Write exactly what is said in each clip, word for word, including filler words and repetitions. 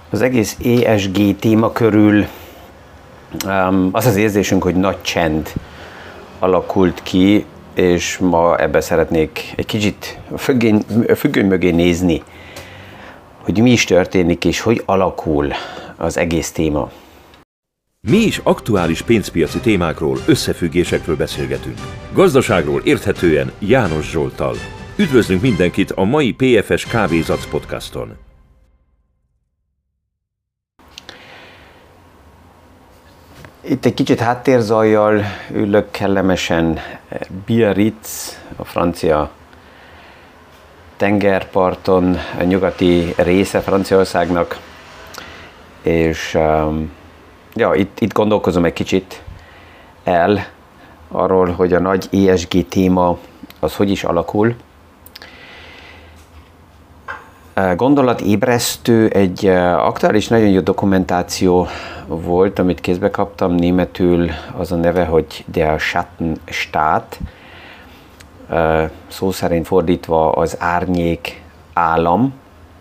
Az egész é es gé téma körül um, az az érzésünk, hogy nagy csend alakult ki, és ma ebbe szeretnék egy kicsit a függöny, a függöny mögé nézni, hogy mi is történik, és hogy alakul az egész téma. Mi is aktuális pénzpiaci témákról, összefüggésekről beszélgetünk. Gazdaságról érthetően János Zsolttal. Üdvözlünk mindenkit a mai pé ef es Kávézac podcaston. Itt egy kicsit háttérzajjal ülök kellemesen Biarritz, a francia tengerparton, a nyugati része Franciaországnak, és um, ja, itt, itt gondolkozom egy kicsit el arról, hogy a nagy é es gé téma az hogy is alakul. Gondolatébresztő egy aktuális, nagyon jó dokumentáció volt, amit kézbe kaptam, németül az a neve, hogy Der Schattenstaat, szó szerint fordítva az árnyék állam.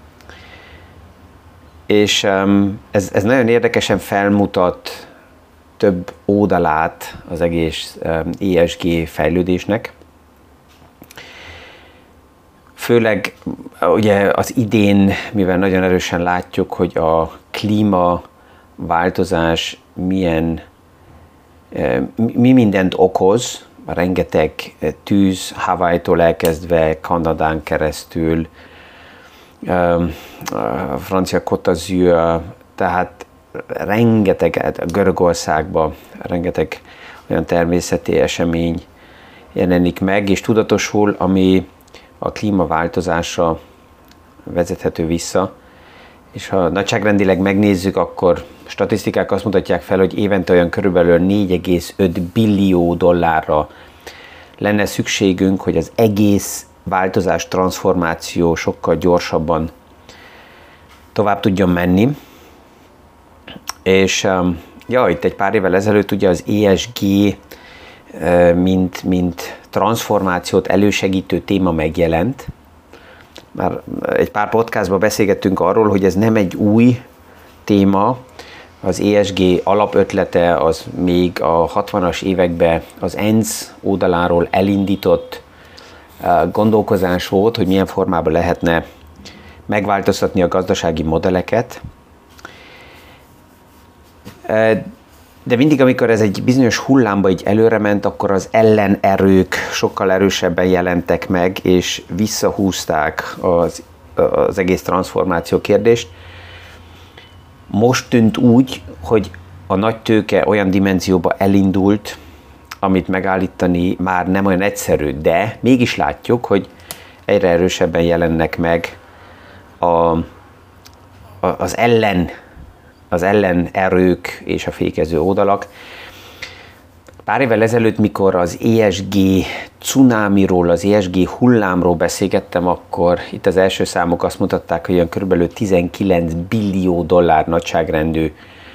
És ez, ez nagyon érdekesen felmutat több oldalát az egész é es gé fejlődésnek. Főleg ugye az idén, mivel nagyon erősen látjuk, hogy a klímaváltozás milyen, mi mindent okoz, rengeteg tűz, Hawaii-tól elkezdve Kanadán keresztül, a francia Côte d'Azur, tehát rengeteg, Görögországban rengeteg olyan természeti esemény jelenik meg, és tudatosul, ami a klímaváltozásra vezethető vissza. És ha nagyságrendileg megnézzük, akkor statisztikák azt mutatják fel, hogy évente olyan körülbelül négy egész öt billió dollárra lenne szükségünk, hogy az egész változás, transformáció sokkal gyorsabban tovább tudjon menni. És ja, itt egy pár évvel ezelőtt ugye az é es gé mint, mint transformációt elősegítő téma megjelent. Már egy pár podcastban beszélgettünk arról, hogy ez nem egy új téma. Az é es gé alapötlete az még a hatvanas években az e en cé oldaláról elindított gondolkozás volt, hogy milyen formában lehetne megváltoztatni a gazdasági modelleket. De mindig, amikor ez egy bizonyos hullámba így előre ment, akkor az ellenerők sokkal erősebben jelentek meg, és visszahúzták az, az egész transformáció kérdést. Most tűnt úgy, hogy a nagy tőke olyan dimenzióba elindult, amit megállítani már nem olyan egyszerű, de mégis látjuk, hogy egyre erősebben jelennek meg a, a, az ellen az ellenerők és a fékező oldalak. Pár évvel ezelőtt, mikor az é es gé cunámiról, az é es gé hullámról beszélgettem, akkor itt az első számok azt mutatták, hogy olyan kb. tizenkilenc billió dollár nagyságrendű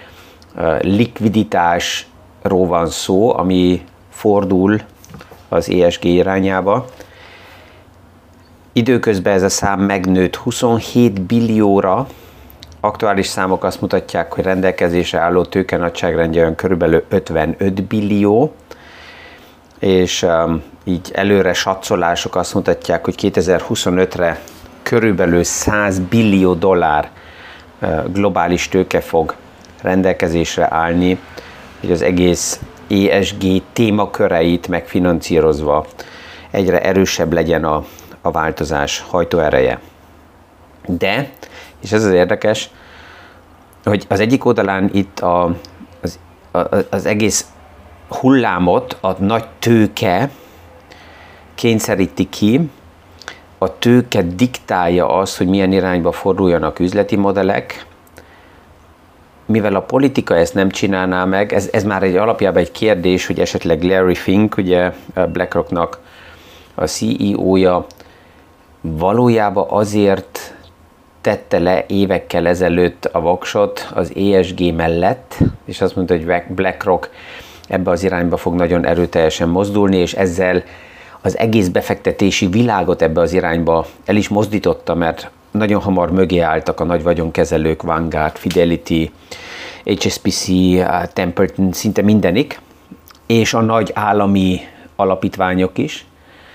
likviditásról van szó, ami fordul az é es gé irányába. Időközben ez a szám megnőtt huszonhét billióra, aktuális számok azt mutatják, hogy rendelkezésre álló tőke nagyságrendje olyan körülbelül ötvenöt billió, és um, így előre satszolások azt mutatják, hogy kétezer-huszonötre körülbelül száz billió dollár uh, globális tőke fog rendelkezésre állni, hogy az egész é es gé témaköreit megfinanszírozva egyre erősebb legyen a, a változás hajtóereje. De, és ez az érdekes, hogy az egyik oldalán itt a, az, a, az egész hullámot a nagy tőke kényszeríti ki, a tőke diktálja azt, hogy milyen irányba forduljanak üzleti modellek, mivel a politika ezt nem csinálná meg, ez, ez már egy alapjában egy kérdés, hogy esetleg Larry Fink, ugye BlackRocknak a cé e ó-ja valójában azért tette le évekkel ezelőtt a voksot az é es gé mellett, és azt mondta, hogy BlackRock ebbe az irányba fog nagyon erőteljesen mozdulni, és ezzel az egész befektetési világot ebbe az irányba el is mozdította, mert nagyon hamar mögé álltak a nagy vagyonkezelők, Vanguard, Fidelity, há es bé cé, Templeton, szinte mindenik, és a nagy állami alapítványok is,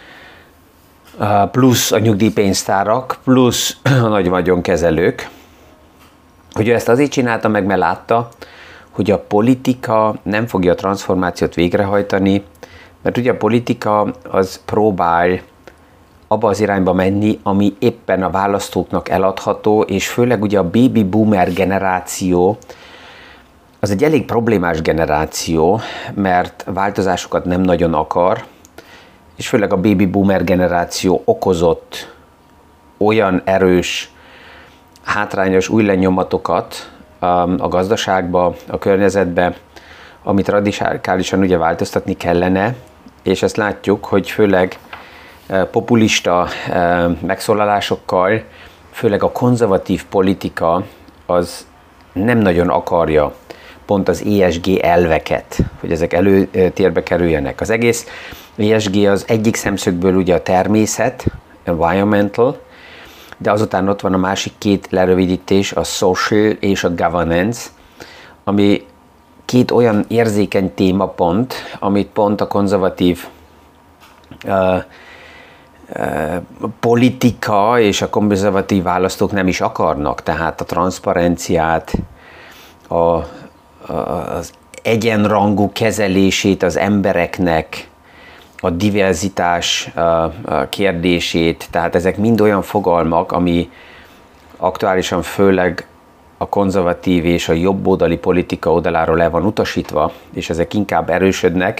plusz a nyugdíjpénztárak, plusz a nagy vagyonkezelők. Hogy ő ezt azért csinálta meg, mert látta, hogy a politika nem fogja a transformációt végrehajtani, mert ugye a politika az próbál abba az irányba menni, ami éppen a választóknak eladható, és főleg ugye a baby boomer generáció, az egy elég problémás generáció, mert változásokat nem nagyon akar, és főleg a baby boomer generáció okozott olyan erős, hátrányos új lenyomatokat a gazdaságba, a környezetbe, amit radikálisan ugye változtatni kellene, és ezt látjuk, hogy főleg populista megszólalásokkal, főleg a konzervatív politika az nem nagyon akarja pont az é es gé elveket, hogy ezek előtérbe kerüljenek. Az egész é es gé az egyik szemszögből ugye a természet, environmental, de azután ott van a másik két lerövidítés, a social és a governance, ami két olyan érzékeny témapont, amit pont a konzervatív uh, uh, politika és a konzervatív választók nem is akarnak, tehát a transzparenciát, a, a, az egyenrangú kezelését az embereknek, a diverzitás kérdését, tehát ezek mind olyan fogalmak, ami aktuálisan főleg a konzervatív és a jobboldali politika oldaláról el van utasítva, és ezek inkább erősödnek.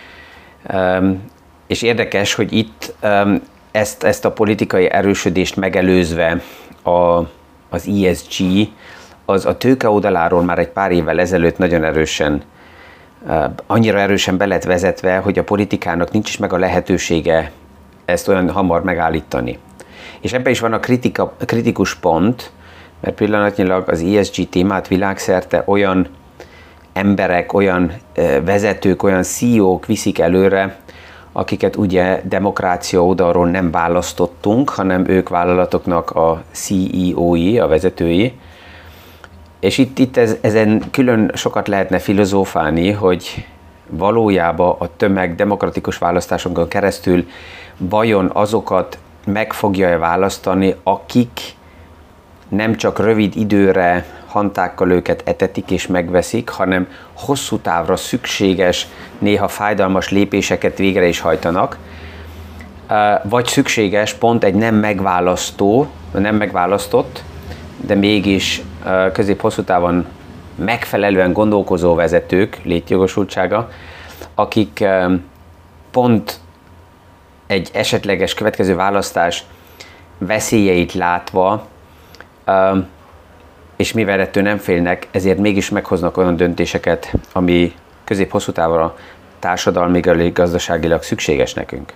És érdekes, hogy itt ezt, ezt a politikai erősödést megelőzve a, az é es gé az a tőke oldaláról már egy pár évvel ezelőtt nagyon erősen annyira erősen be lett vezetve, hogy a politikának nincs is meg a lehetősége ezt olyan hamar megállítani. És ebben is van a kritika, kritikus pont, mert pillanatnyilag az é es gé témát világszerte olyan emberek, olyan vezetők, olyan cé í ók viszik előre, akiket ugye demokrácia oldalról nem választottunk, hanem ők vállalatoknak a cé í ói, a vezetői. És itt, itt ez, ezen külön sokat lehetne filozófálni, hogy valójában a tömeg demokratikus választásokon keresztül vajon azokat meg fogja-e választani, akik nem csak rövid időre hantákkal őket etetik és megveszik, hanem hosszú távra szükséges, néha fájdalmas lépéseket végre is hajtanak, vagy szükséges pont egy nem megválasztó, nem megválasztott, de mégis közép-hosszú távon megfelelően gondolkozó vezetők létjogosultsága, akik pont egy esetleges következő választás veszélyeit látva, és mivel ettől nem félnek, ezért mégis meghoznak olyan döntéseket, ami közép-hosszú távra társadalmilag, gazdaságilag szükséges nekünk.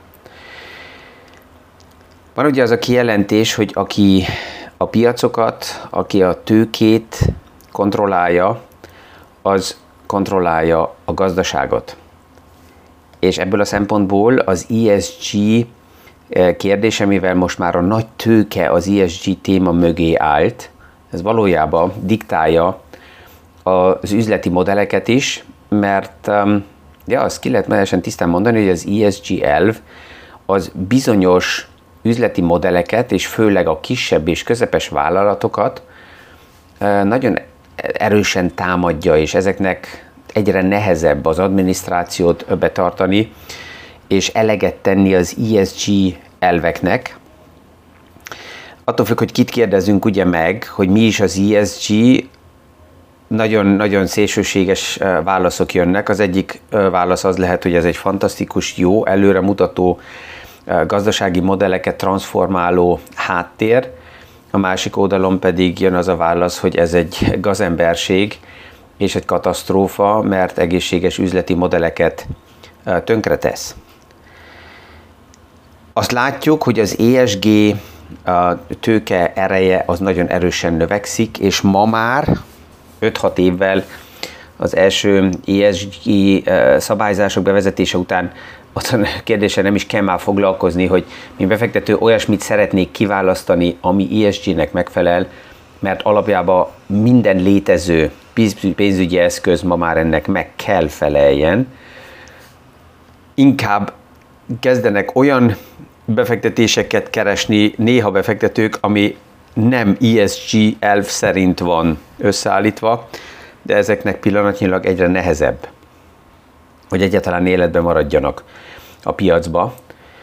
Van ugye az a kijelentés, hogy aki a piacokat, aki a tőkét kontrollálja, az kontrollálja a gazdaságot. És ebből a szempontból az é es gé kérdése, mivel most már a nagy tőke az é es gé téma mögé állt, ez valójában diktálja az üzleti modelleket is, mert ja, azt ki lehet teljesen tisztán mondani, hogy az é es gé elv az bizonyos üzleti modelleket, és főleg a kisebb és közepes vállalatokat nagyon erősen támadja, és ezeknek egyre nehezebb az adminisztrációt betartani, és eleget tenni az é es gé elveknek. Attól függ, hogy kit kérdezünk ugye meg, hogy mi is az é es gé, nagyon-nagyon szélsőséges válaszok jönnek. Az egyik válasz az lehet, hogy ez egy fantasztikus, jó, előremutató gazdasági modelleket transformáló háttér, a másik oldalon pedig jön az a válasz, hogy ez egy gazemberség és egy katasztrófa, mert egészséges üzleti modelleket tönkretesz. Azt látjuk, hogy az é es gé a tőke ereje az nagyon erősen növekszik, és ma már öt-hat évvel az első é es gé szabályzások bevezetése után azon kérdéssel nem is kell már foglalkozni, hogy mi befektető olyasmit szeretnék kiválasztani, ami E S G-nek megfelel, mert alapjában minden létező pénzügyi eszköz ma már ennek meg kell feleljen. Inkább kezdenek olyan befektetéseket keresni néha befektetők, ami nem E S G elv szerint van összeállítva, de ezeknek pillanatnyilag egyre nehezebb, hogy egyáltalán életben maradjanak a piacba.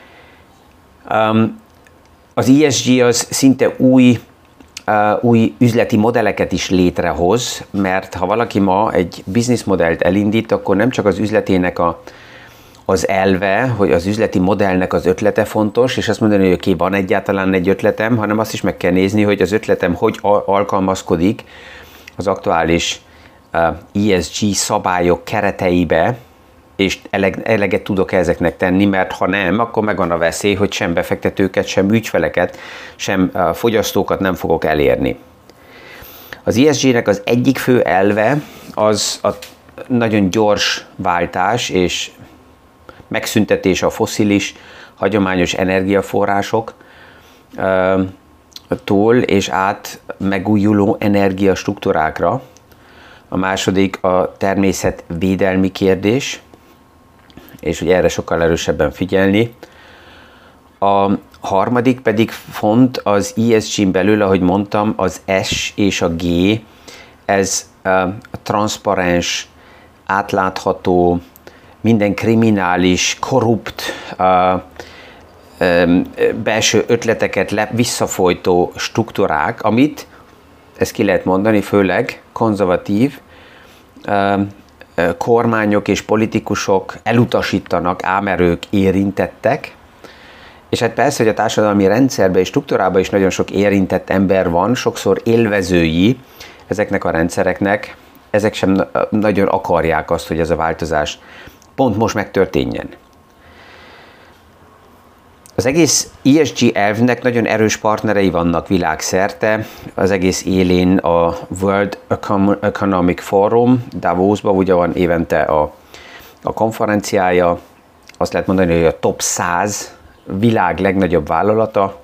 Az E S G az szinte új, új üzleti modelleket is létrehoz, mert ha valaki ma egy bizniszmodellt elindít, akkor nem csak az üzletének a az elve, hogy az üzleti modellnek az ötlete fontos, és azt mondani, hogy oké, van egyáltalán egy ötletem, hanem azt is meg kell nézni, hogy az ötletem hogy alkalmazkodik az aktuális E S G szabályok kereteibe, és eleget tudok ezeknek tenni, mert ha nem, akkor megvan a veszély, hogy sem befektetőket, sem ügyfeleket, sem fogyasztókat nem fogok elérni. Az E S G-nek az egyik fő elve az a nagyon gyors váltás és megszüntetés a fosszilis, hagyományos energiaforrásoktól és át megújuló energiastruktúrákra. A második a természetvédelmi kérdés, és hogy erre sokkal erősebben figyelni. A harmadik pedig font az E S G-n belül, ahogy mondtam, az S és a G, ez a transzparens, átlátható, minden kriminális, korrupt, uh, um, belső ötleteket le, visszafolytó struktúrák, amit, ezt ki lehet mondani, főleg konzervatív uh, uh, kormányok és politikusok elutasítanak, ámerők, érintettek, és hát persze, hogy a társadalmi rendszerben és struktúrában is nagyon sok érintett ember van, sokszor élvezői ezeknek a rendszereknek, ezek sem nagyon akarják azt, hogy ez a változás pont most megtörténjen. Az egész E S G elvnek nagyon erős partnerei vannak világszerte, az egész élén a World Economic Forum, Davosban ugye van évente a, a konferenciája, azt lehet mondani, hogy a top száz világ legnagyobb vállalata,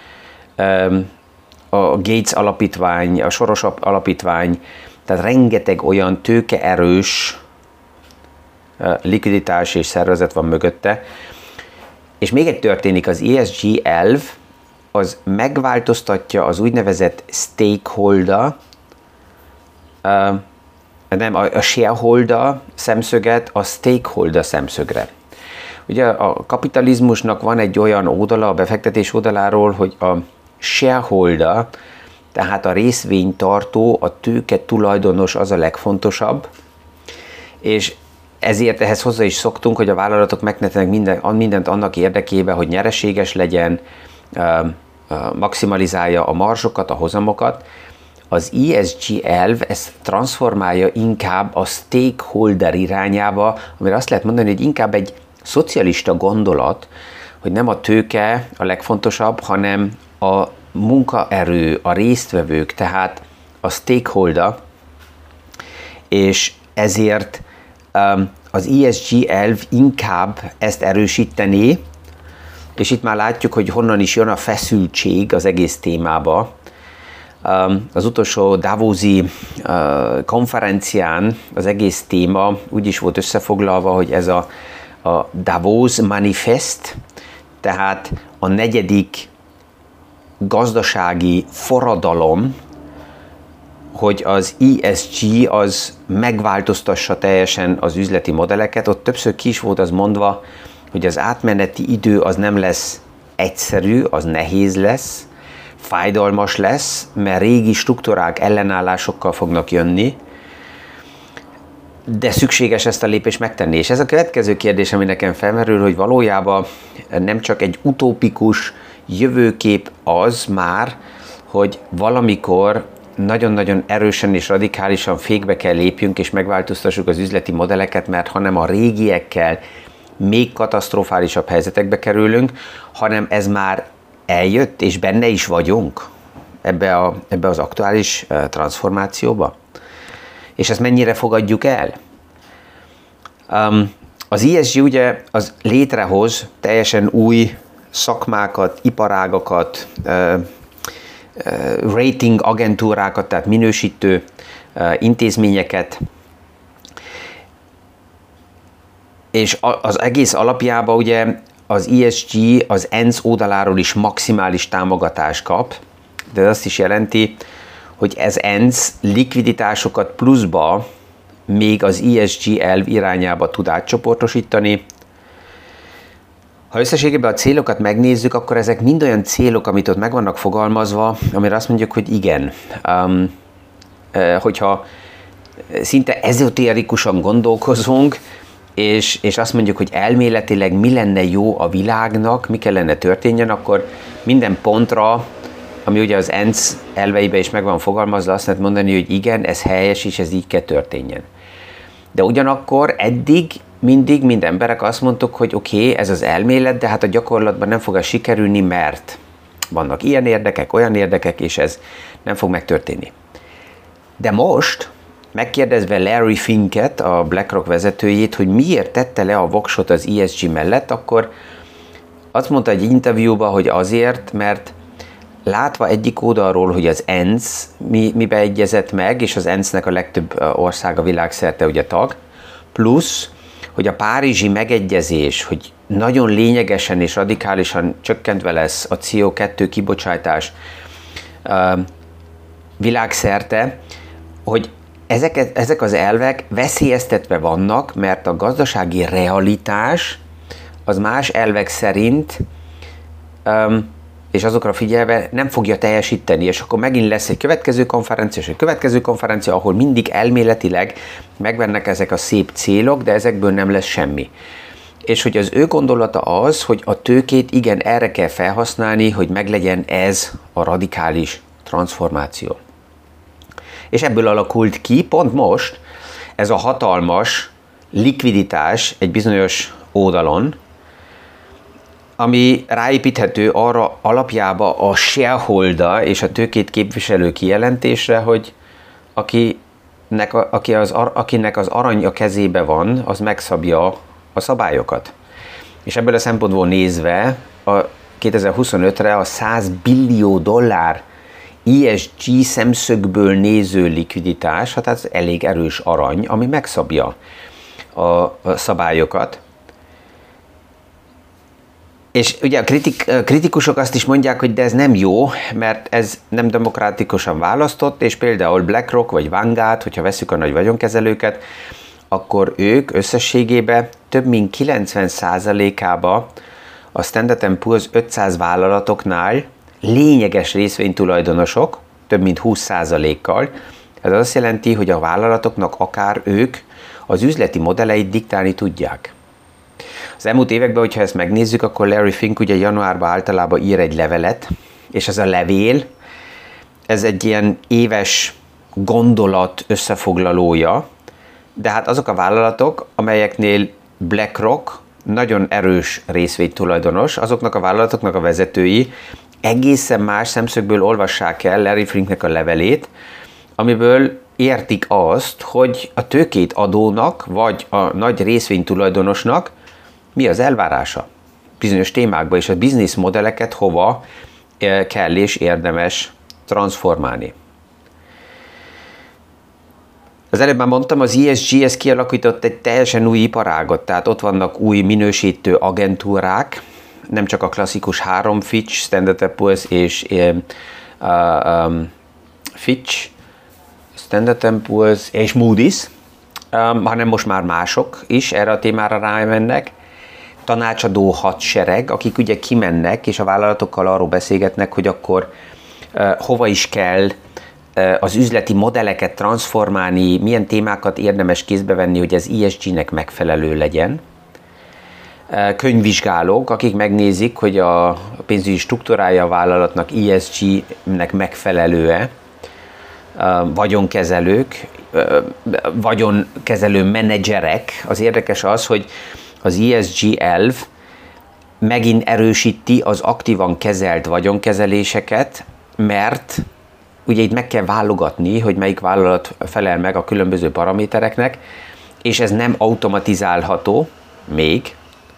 a Gates alapítvány, a Soros alapítvány, tehát rengeteg olyan tőkeerős likviditás és szervezet van mögötte. És még egy történik, az E S G elv, az megváltoztatja az úgynevezett stakeholder, uh, nem, a, a shareholder szemszöget a stakeholder szemszögre. Ugye a kapitalizmusnak van egy olyan oldala, a befektetés oldaláról, hogy a shareholder, tehát a részvénytartó, a tőke tulajdonos az a legfontosabb, és ezért ehhez hozzá is szoktunk, hogy a vállalatok megtennek minden, mindent annak érdekében, hogy nyereséges legyen, maximalizálja a marzsokat, a hozamokat. Az E S G elv ezt transformálja inkább a stakeholder irányába, amire azt lehet mondani, hogy inkább egy szocialista gondolat, hogy nem a tőke a legfontosabb, hanem a munkaerő, a résztvevők, tehát a stakeholder, és ezért az E S G elv inkább ezt erősítené, és itt már látjuk, hogy honnan is jön a feszültség az egész témába. Az utolsó Davosi konferencián az egész téma úgy is volt összefoglalva, hogy ez a, a Davos Manifest, tehát a negyedik gazdasági forradalom, hogy az E S G az megváltoztassa teljesen az üzleti modelleket. Ott többször ki is volt az mondva, hogy az átmeneti idő az nem lesz egyszerű, az nehéz lesz, fájdalmas lesz, mert régi struktúrák ellenállásokkal fognak jönni, de szükséges ezt a lépést megtenni. És ez a következő kérdés, ami nekem felmerül, hogy valójában nem csak egy utópikus jövőkép az már, hogy valamikor nagyon-nagyon erősen és radikálisan fékbe kell lépjünk, és megváltoztassuk az üzleti modelleket, mert hanem a régiekkel még katasztrofálisabb helyzetekbe kerülünk, hanem ez már eljött, és benne is vagyunk ebbe, a, ebbe az aktuális uh, transformációba. És ezt mennyire fogadjuk el? Um, Az E S G ugye az létrehoz teljesen új szakmákat, iparágakat, rating agentúrákat, tehát minősítő intézményeket, és az egész alapjában ugye az E S G az E N S oldaláról is maximális támogatást kap, de ez azt is jelenti, hogy ez E N S likviditásokat pluszba még az E S G elv irányába tud átcsoportosítani. Ha összességében a célokat megnézzük, akkor ezek mind olyan célok, amit ott meg vannak fogalmazva, amire azt mondjuk, hogy igen. Um, hogyha szinte ezoterikusan gondolkozunk, és, és azt mondjuk, hogy elméletileg mi lenne jó a világnak, mi kellene történjen, akkor minden pontra, ami ugye az E N S elveibe is meg van fogalmazva, azt lehet mondani, hogy igen, ez helyes, és ez így kell történjen. De ugyanakkor eddig mindig mind emberek azt mondtuk, hogy oké, okay, ez az elmélet, de hát a gyakorlatban nem fog ez sikerülni, mert vannak ilyen érdekek, olyan érdekek, és ez nem fog megtörténni. De most, megkérdezve Larry Finket, a BlackRock vezetőjét, hogy miért tette le a voksot az E S G mellett, akkor azt mondta egy interjúban, hogy azért, mert látva egyik oldalról, hogy az E N S mi, mibe egyezett meg, és az E N S-nek a legtöbb ország a világszerte ugye tag, plusz, hogy a párizsi megegyezés, hogy nagyon lényegesen és radikálisan csökkentve lesz a C O kettő kibocsátás uh, világszerte, hogy ezek, ezek az elvek veszélyeztetve vannak, mert a gazdasági realitás az más elvek szerint um, és azokra figyelve nem fogja teljesíteni, és akkor megint lesz egy következő konferencia, és egy következő konferencia, ahol mindig elméletileg megvennek ezek a szép célok, de ezekből nem lesz semmi. És hogy az ő gondolata az, hogy a tőkét igen erre kell felhasználni, hogy meglegyen ez a radikális transformáció. És ebből alakult ki pont most ez a hatalmas likviditás egy bizonyos oldalon, ami ráépíthető arra alapjába a shareholder és a tőkét képviselő kijelentésre, hogy akinek, aki az, akinek az arany a kezébe van, az megszabja a szabályokat. És ebből a szempontból nézve a kétezer-huszonötre a száz billió dollár E S G szemszögből néző likviditás, hát ez elég erős arany, ami megszabja a, a szabályokat. És ugye a kritik, kritikusok azt is mondják, hogy de ez nem jó, mert ez nem demokratikusan választott, és például BlackRock vagy Vanguard, hogyha veszük a nagy vagyonkezelőket, akkor ők összességében több mint kilencven százalékába a Standard and Poor's ötszáz vállalatoknál lényeges részvénytulajdonosok, több mint húsz százalékkal. Ez azt jelenti, hogy a vállalatoknak akár ők az üzleti modelleit diktálni tudják. Az elmúlt években, hogyha ezt megnézzük, akkor Larry Fink ugye januárban általában ír egy levelet, és ez a levél, ez egy ilyen éves gondolat összefoglalója, de hát azok a vállalatok, amelyeknél BlackRock nagyon erős részvénytulajdonos, azoknak a vállalatoknak a vezetői egészen más szemszögből olvassák el Larry Finknek a levelét, amiből értik azt, hogy a tőkét adónak, vagy a nagy részvénytulajdonosnak mi az elvárása bizonyos témákban, és a business modelleket hova kell és érdemes transformálni. Az előbb már mondtam, az E S G ez kialakított egy teljesen új iparágot, tehát ott vannak új minősítő agentúrák, nem csak a klasszikus három Fitch, Standard and Poor's és uh, um, Fitch, Standard and Poor's és Moody's, um, hanem most már mások is erre a témára rámennek. Tanácsadó hadsereg, akik ugye kimennek, és a vállalatokkal arról beszélgetnek, hogy akkor uh, hova is kell uh, az üzleti modelleket transformálni, milyen témákat érdemes kézbe venni, hogy ez E S G-nek megfelelő legyen. Uh, könyvvizsgálók, akik megnézik, hogy a pénzügyi struktúrája a vállalatnak E S G-nek megfelelő-e, uh, vagyonkezelők, uh, vagyonkezelő menedzserek. Az érdekes az, hogy az E S G elv megint erősíti az aktívan kezelt vagyonkezeléseket, mert ugye itt meg kell válogatni, hogy melyik vállalat felel meg a különböző paramétereknek, és ez nem automatizálható, még.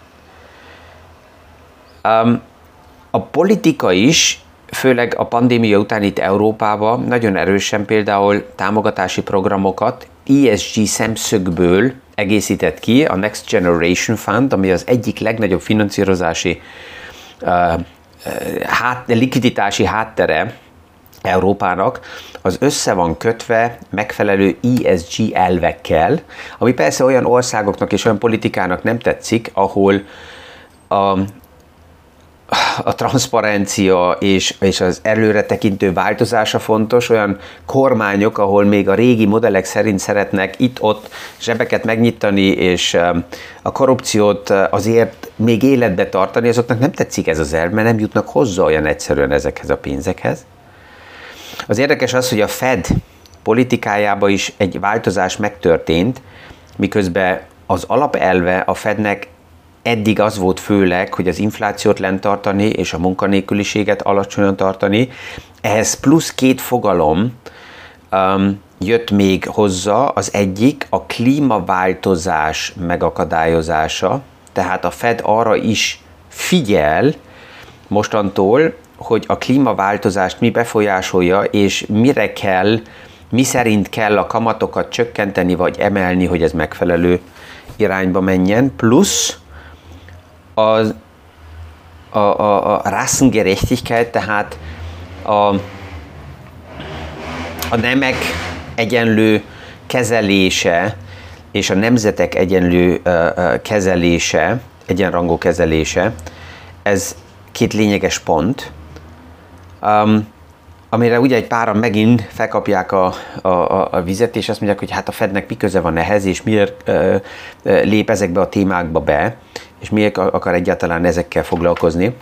Um, a politika is, főleg a pandémia után itt Európában nagyon erősen például támogatási programokat E S G szemszögből egészített ki, a Next Generation Fund, ami az egyik legnagyobb finanszírozási uh, hát, likviditási háttere Európának, az össze van kötve megfelelő E S G elvekkel, ami persze olyan országoknak és olyan politikának nem tetszik, ahol a a transzparencia és, és az előretekintő változása fontos, olyan kormányok, ahol még a régi modellek szerint szeretnek itt-ott zsebeket megnyitani, és a korrupciót azért még életbe tartani, azoknak nem tetszik ez az elv, mert nem jutnak hozzá olyan egyszerűen ezekhez a pénzekhez. Az érdekes az, hogy a Fed politikájában is egy változás megtörtént, miközben az alapelve a Fednek eddig az volt főleg, hogy az inflációt lent tartani és a munkanélküliséget alacsonyan tartani. Ehhez plusz két fogalom um, jött még hozzá, az egyik a klímaváltozás megakadályozása, tehát a Fed arra is figyel mostantól, hogy a klímaváltozást mi befolyásolja, és mire kell, mi szerint kell a kamatokat csökkenteni vagy emelni, hogy ez megfelelő irányba menjen, plusz a, a, a, a Rassengerechtigkeit, tehát a, a nemek egyenlő kezelése és a nemzetek egyenlő uh, uh, kezelése, egyenrangú kezelése, ez két lényeges pont, um, amire ugye egy páran megint felkapják a, a, a vizet, és azt mondják, hogy hát a Fednek mi köze van ehhez, és miért uh, uh, lép ezekbe a témákba be, és miért akar egyáltalán ezekkel foglalkozni.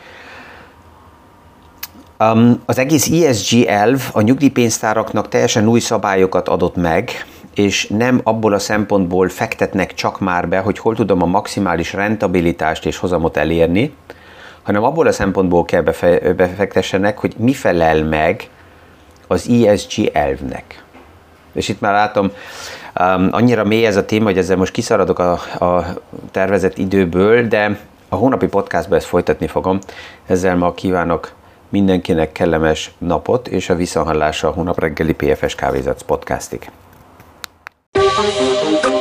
Um, az egész E S G elv a nyugdíjpénztáraknak teljesen új szabályokat adott meg, és nem abból a szempontból fektetnek csak már be, hogy hol tudom a maximális rentabilitást és hozamot elérni, hanem abból a szempontból kell befe- befektessenek, hogy mi felel meg az E S G elvnek. És itt már látom, um, annyira mély ez a téma, hogy ezzel most kiszaradok a, a tervezett időből, de a hónapi podcastban ezt folytatni fogom. Ezzel ma kívánok mindenkinek kellemes napot, és a visszahallásra a hónap reggeli P F S Kávézac podcastig.